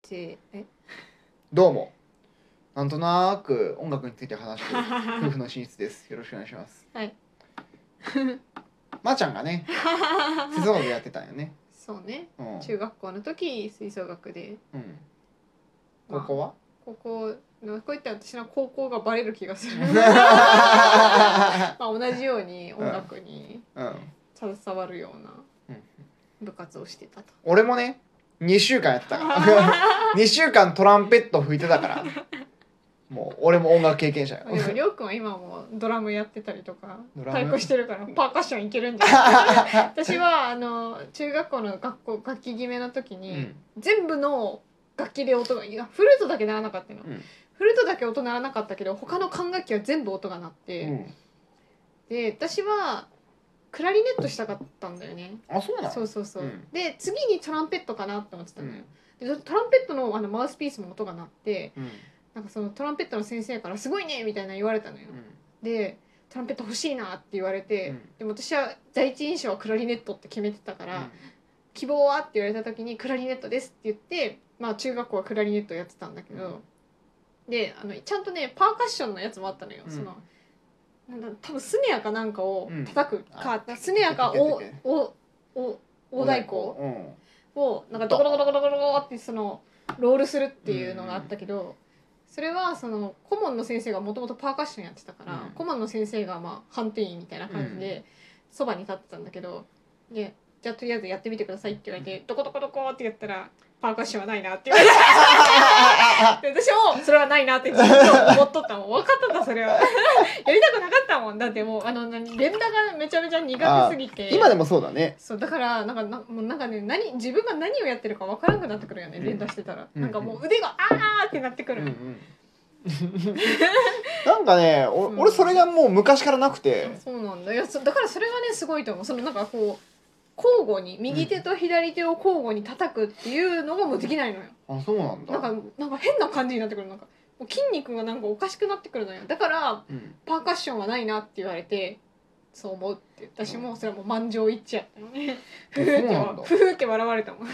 どうも、なんとなく音楽について話してる夫婦の寝室です。よろしくお願いします。 はい。 まーちゃんがね、吹奏楽やってたんよね。 そうね、 うん、 中学校の時吹奏楽で、 高校は、 高校のこういった私の高校がバレる気がするまあ同じように音楽に携わるような部活をしてたと。 俺もね2週間やってたから2週間トランペット吹いてたからもう俺も音楽経験者よ。 でもりょうくんは今もドラムやってたりとか太鼓してるからパーカッションいけるんじゃない私は中学校の楽器決めの時に、全部の楽器で音がフルートだけ鳴らなかったの、フルートだけ音鳴らなかったけど他の管楽器は全部音が鳴って、で私はクラリネットしたかったんだよね。 あ、そうなの？ そうそうそう、で次にトランペットかなって思ってたのよ、でトランペットのマウスピースも音が鳴って、なんかそのトランペットの先生からすごいねみたいな言われたのよ、でトランペット欲しいなって言われて、でも私は第一印象はクラリネットって決めてたから、希望はって言われた時にクラリネットですって言って、まあ中学校はクラリネットやってたんだけど、でちゃんとねパーカッションのやつもあったのよ、その多分スネアかなんかを叩くか、スネアか大太鼓をなんかドコドコドコドコドコってそのロールするっていうのがあったけど、それはその顧問の先生がもともとパーカッションやってたから、顧問の先生がまあ判定員みたいな感じでそばに立ってたんだけど、でじゃあとりあえずやってみてくださいって言われて、ドコドコドコってやったらパーカッションはないなって言われて私もそれはないなってずっと思っとったもん。分かったんだそれはやりたくなかったもん。だってもう連打がめちゃめちゃ苦手すぎて。 今でもそうだね。 そうだからもうなんかね自分が何をやってるか分からなくなってくるよね、連打してたら、なんかもう腕があーってなってくる、 なんかね俺それがもう昔からなくて、 そうなんだ。いやだからそれがねすごいと思う。そのなんかこう交互に右手と左手を交互に叩くっていうのがもうできないのよ。 あ、そうなんだ。 なんか変な感じになってくる。なんかもう筋肉がなんかおかしくなってくるのよ。だから、パーカッションはないなって言われてそう思うって、私もそれはもう満場一致やったのね。ふふって笑われたもん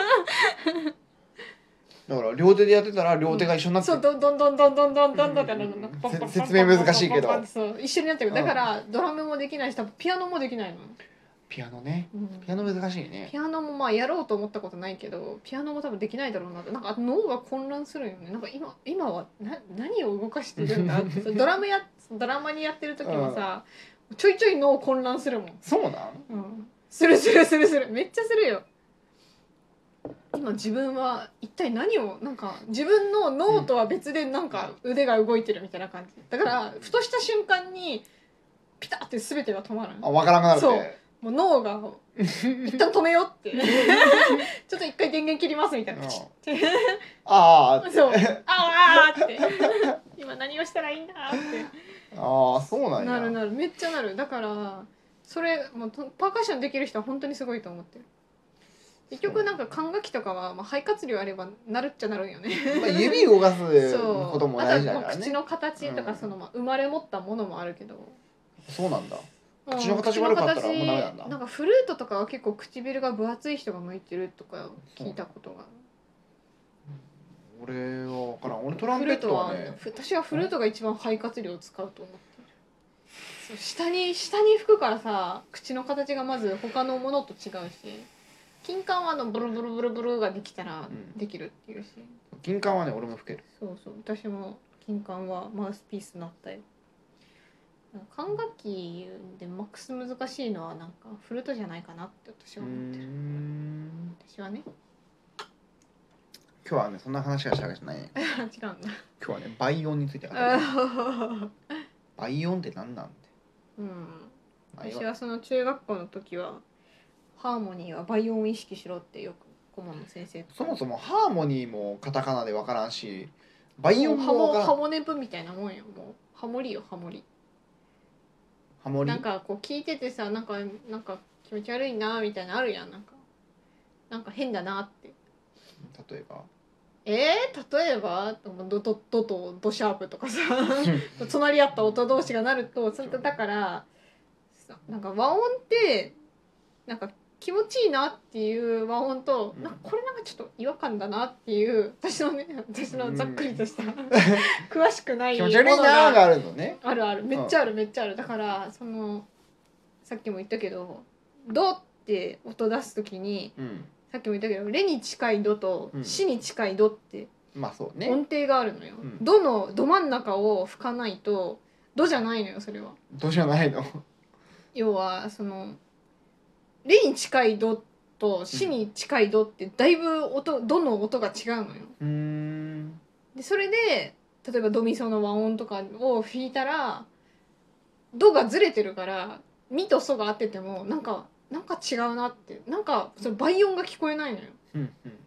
だから両手でやってたら両手が一緒になって、 そうどんどんって説明難しいけどそう一緒になってる。だからドラムもできないし多分ピアノもできないの。 ピアノね、ピアノ難しいね。 ピアノもまあやろうと思ったことないけど、ピアノも多分できないだろうなって。なんか脳が混乱するよね。なんか今は何を動かしてるんだってドラマにやってる時もさ、ちょいちょい脳混乱するもん。 そうなん？ するめっちゃするよ。今自分は一体何をなんか自分の脳とは別でなんか腕が動いてるみたいな感じだから、ふとした瞬間にピタって全てが止まる。 分からなくなるって。 そうもう脳が一旦止めようってちょっと一回電源切りますみたいなああそうああって今何をしたらいいんだってああそうなんや。 なるめっちゃなる。だからそれもうパーカッションできる人は本当にすごいと思ってる。結局なんか管楽器とかは、まあ、肺活量あればなるっちゃなるんよね指動かすことも大事だからね。 あとは口の形とか、その、生まれ持ったものもあるけど。 そうなんだ。口の形悪かったらもうダメなんだ。 なんかフルートとかは結構唇が分厚い人が向いてるとか聞いたことがある。 俺は分からん。俺トランペットはね、 私はフルートが一番肺活量を使うと思ってる。そう下に吹くからさ、口の形がまず他のものと違うし、金管はブルブルブルブルができたらできるっていうし、 金管はね俺も吹ける。 そう私も金管はマウスピースなったよ。管楽器でマックス難しいのはなんかフルートじゃないかなって私は思ってる。私はね。 今日はねそんな話がしたわけじゃないね。 違うんだ。 今日はね倍音について語る。倍音って何なんて。 私はその中学校の時はハーモニーは倍音を意識しろってよく顧問の先生。 そもそもハーモニーもカタカナで分からんし、倍音も分からん。 ハモネプみたいなもんよ。もうハモリよハモリ。なんかこう聞いててさ、なんか気持ち悪いなみたいなあるやん。なんか変だなって。 例えば例えばドとドシャープとかさ隣り合った音同士がなるとそれだからなんか和音ってなんか気持ちいいなっていう和音と、 うんなんかこれなんかちょっと違和感だなっていう私のざっくりとした詳しくない気持ち悪いなーがあるのね。 あるある、めっちゃあるめっちゃある。だからそのさっきも言ったけどドって音出す時にうん。 さっきも言ったけどレに近いドとうんシに近いドってまあそうね。 音程があるのよ、 うんドのど真ん中を吹かないとドじゃないのよそれは。 どうじゃないの。 要はそのレに近いドとシに近いドってだいぶドの音が違うのよ。でそれで例えばドミソの和音とかを弾いたらドがずれてるからミとソが合っててもなんか違うなって、なんかその倍音が聞こえないのよ。 うん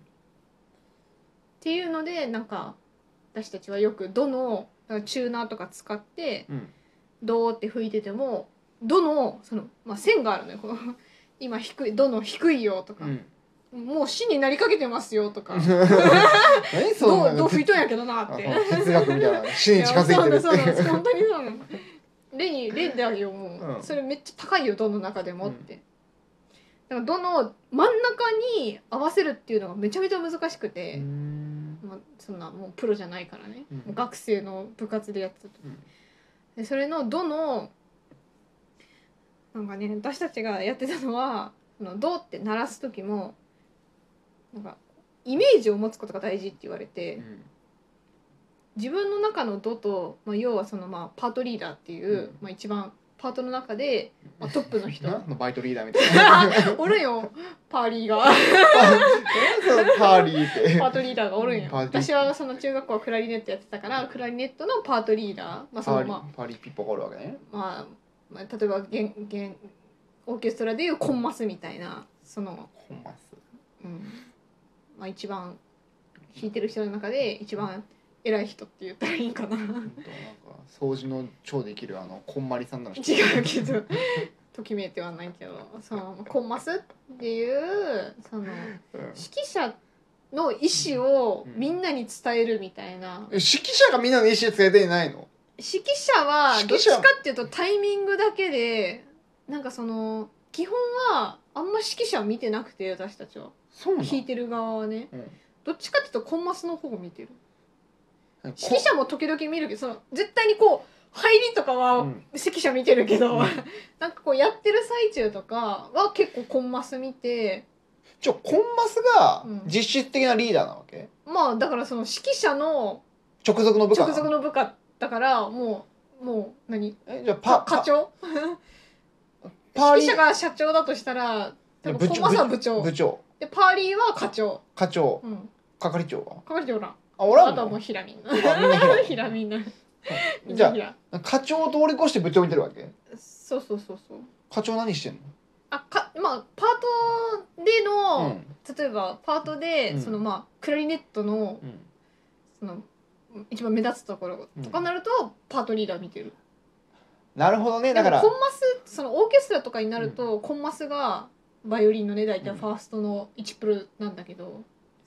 っていうのでなんか私たちはよくドのチューナーとか使ってうんドーって吹いててもドのその、まあ、線があるのよ。こう今低いドの低いよとか、もう死になりかけてますよとか何そんなド吹いとんやけどなって哲学みたいな死に近づいてるってそうなの本当にそうなの。レだよもう、 うんそれめっちゃ高いよドの中でもって、だからドの真ん中に合わせるっていうのがめちゃめちゃ難しくて、まあ、そんなもうプロじゃないからね、 うんもう学生の部活でやってたと、でそれのドのなんかね私たちがやってたのはそのドって鳴らす時もなんかイメージを持つことが大事って言われて、自分の中のドと、まあ、要はそのまあパートリーダーっていう、まあ、一番パートの中で、まあ、トップの人何のバイトリーダーみたいなおるんよパーリーがパーリーってパートリーダーがおるんよ。 パーティー私はその中学校はクラリネットやってたからクラリネットのパートリーダー、まあそのまパーリーピッポがおるわけね。 あまあ、例えばオーケストラでいうコンマスみたいなその、 コンマス。 まあ、一番弾いてる人の中で一番偉い人って言ったらいいかななんか掃除の超できるこんまりさんなの知って違るうけどときめいてはないけどそのコンマスっていうその指揮者の意思をみんなに伝えるみたいな、 指揮者がみんなの意思で伝えていないの？ 指揮者は指揮者どっちかっていうとタイミングだけでなんかその基本はあんま指揮者を見てなくて私たちはそうなの？ 弾いてる側はね、どっちかっていうとコンマスの方を見てる。 指指揮者も時々見るけどその絶対にこう入りとかは指揮者見てるけど、なんかこうやってる最中とかは結構コンマス見て、 コンマスが実質的なリーダーなわけ？ まあだからその指揮者の直属の部下なの？ 直属の部下だからもう何？ じゃあ課長？ パーリー指揮者が社長だとしたら多分コンマスは部長でパーリーは課長、 課長、係長は？ 係長おらん。 おらんの？ あとはもうひらみんな。 みんなひらみんな。 じゃあ課長を通り越して部長見てるわけ？ そう。 課長何してんの？ まあパートでの、例えばパートで、そのまあクラリネットの、その一番目立つところとかになると、パートリーダー見てる。 なるほどね。だからコンマスそのオーケストラとかになると、コンマスがバイオリンのね大体ファーストの1プルなんだけど、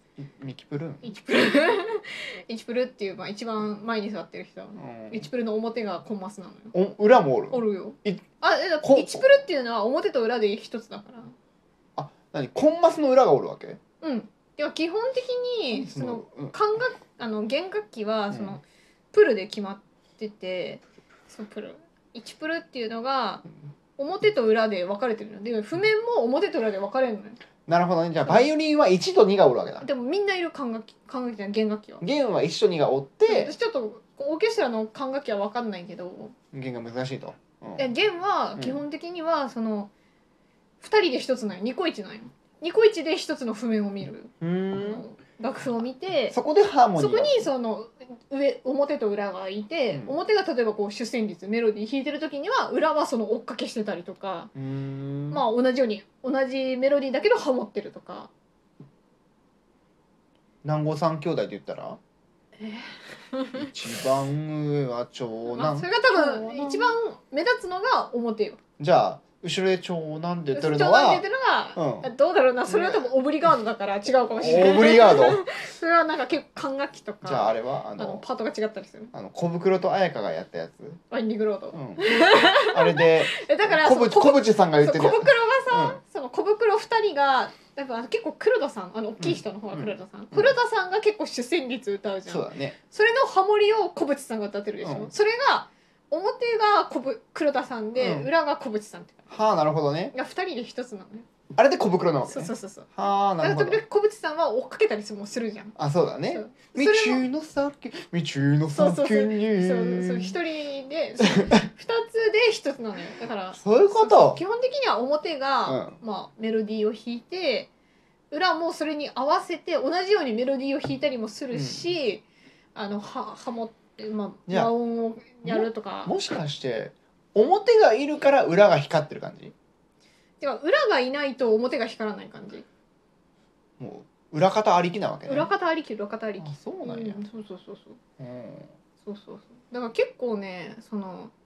1プル 1プルっていう、まあ、一番前に座ってる人、1プルの表がコンマスなのよ。 裏もおるよ。1プルっていうのは表と裏で一つだから。 何コンマスの裏がおるわけ？ では基本的にその弦楽器はそのプルで決まってて、そのプル1プルっていうのが表と裏で分かれてるので、譜面も表と裏で分かれるのよ。 なるほどね。じゃあバイオリンは1と2がおるわけだ。 でもみんないる管楽器じゃない弦楽器は。 弦は1と2がおって、 私ちょっとオーケストラの管楽器は分かんないけど、 弦が難しいと。 弦は基本的にはその2人で1つなんよ。2個1なんよ。2個1で1つの譜面を見る。楽譜を見て、 そこでハーモニー。 そこにその表と裏がいて、表が例えばこう主旋律メロディー弾いてる時には裏はその追っかけしてたりとか、まあ同じように同じメロディーだけどハモってるとか。 南郷三兄弟って言ったら一番上は長男、 それが多分一番目立つのが表よ。 じゃあ後ろで長男って言ってるのはどうだろうな、それは多分オブリガードだから違うかもしれない。 オブリガードそれはなんか結構管楽器とか、 じゃああれはパートが違ったりする。 小袋と彩香がやったやつ、 ワインディングロード、 あれでだから小渕さんが言ってる小袋がさ、その小袋2人が多分結構黒田さん大きい人の方が黒田さん、黒田さんが結構主旋律歌うじゃん。 そうだね。 それのハモリを小渕さんが歌ってるでしょ、それが表が黒田さんで、裏が小渕さんってはあ、なるほどね。 いや2人で一つなのよ。 あれで小袋なわけね。 そう。 はあ、なるほど。 だから小渕さんは追っかけたりもするじゃん。 あ、そうだね。道の先にそう一人で二つで一つなのよ。だからそういうこと基本的には表が、メロディーを弾いて、裏もそれに合わせて同じようにメロディーを弾いたりもするし、ハモって、和音をやるとか。 もしかして表がいるから裏が光ってる感じ？ てか裏がいないと表が光らない感じ。 もう裏方ありきなわけね。 裏方ありき。あ、 そうなんや。 そう。だから結構ね、オ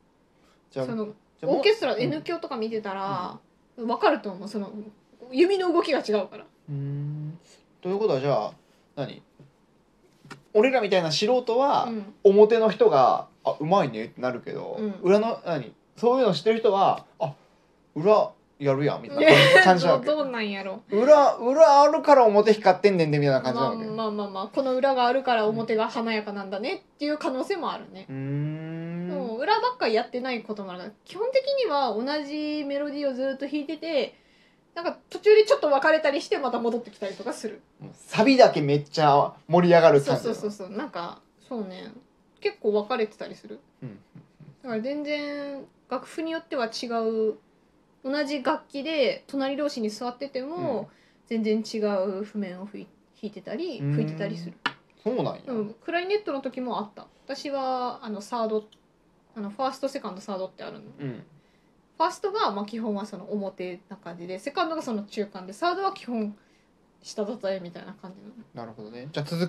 ーケストラ N 響とか見てたら分かると思う。その指の動きが違うから。 ということはじゃあ俺らみたいな素人は表の人がうまいねってなるけど、裏のそういうの知ってる人は裏やるやんみたいな感じなわけ。 どうなんやろ。 裏あるから表光ってんねんでみたいな感じなわけ。 この裏があるから表が華やかなんだねっていう可能性もあるね。もう裏ばっかりやってないこともあるから、基本的には同じメロディーをずっと弾いてて、なんか途中でちょっと別れたりしてまた戻ってきたりとかする。 サビだけめっちゃ盛り上がる感じ。 そうなんかそうね、結構分かれてたりする。だから全然楽譜によっては違う。同じ楽器で隣同士に座ってても、全然違う譜面を弾いてたり吹いてたりする。 そうなんや。 クラリネットの時もあった。私はサードファーストセカンドサードってあるの。ファーストが基本はその表な感じで、セカンドがその中間で、サードは基本下支えみたいな感じなの。 なるほどね。じゃあ続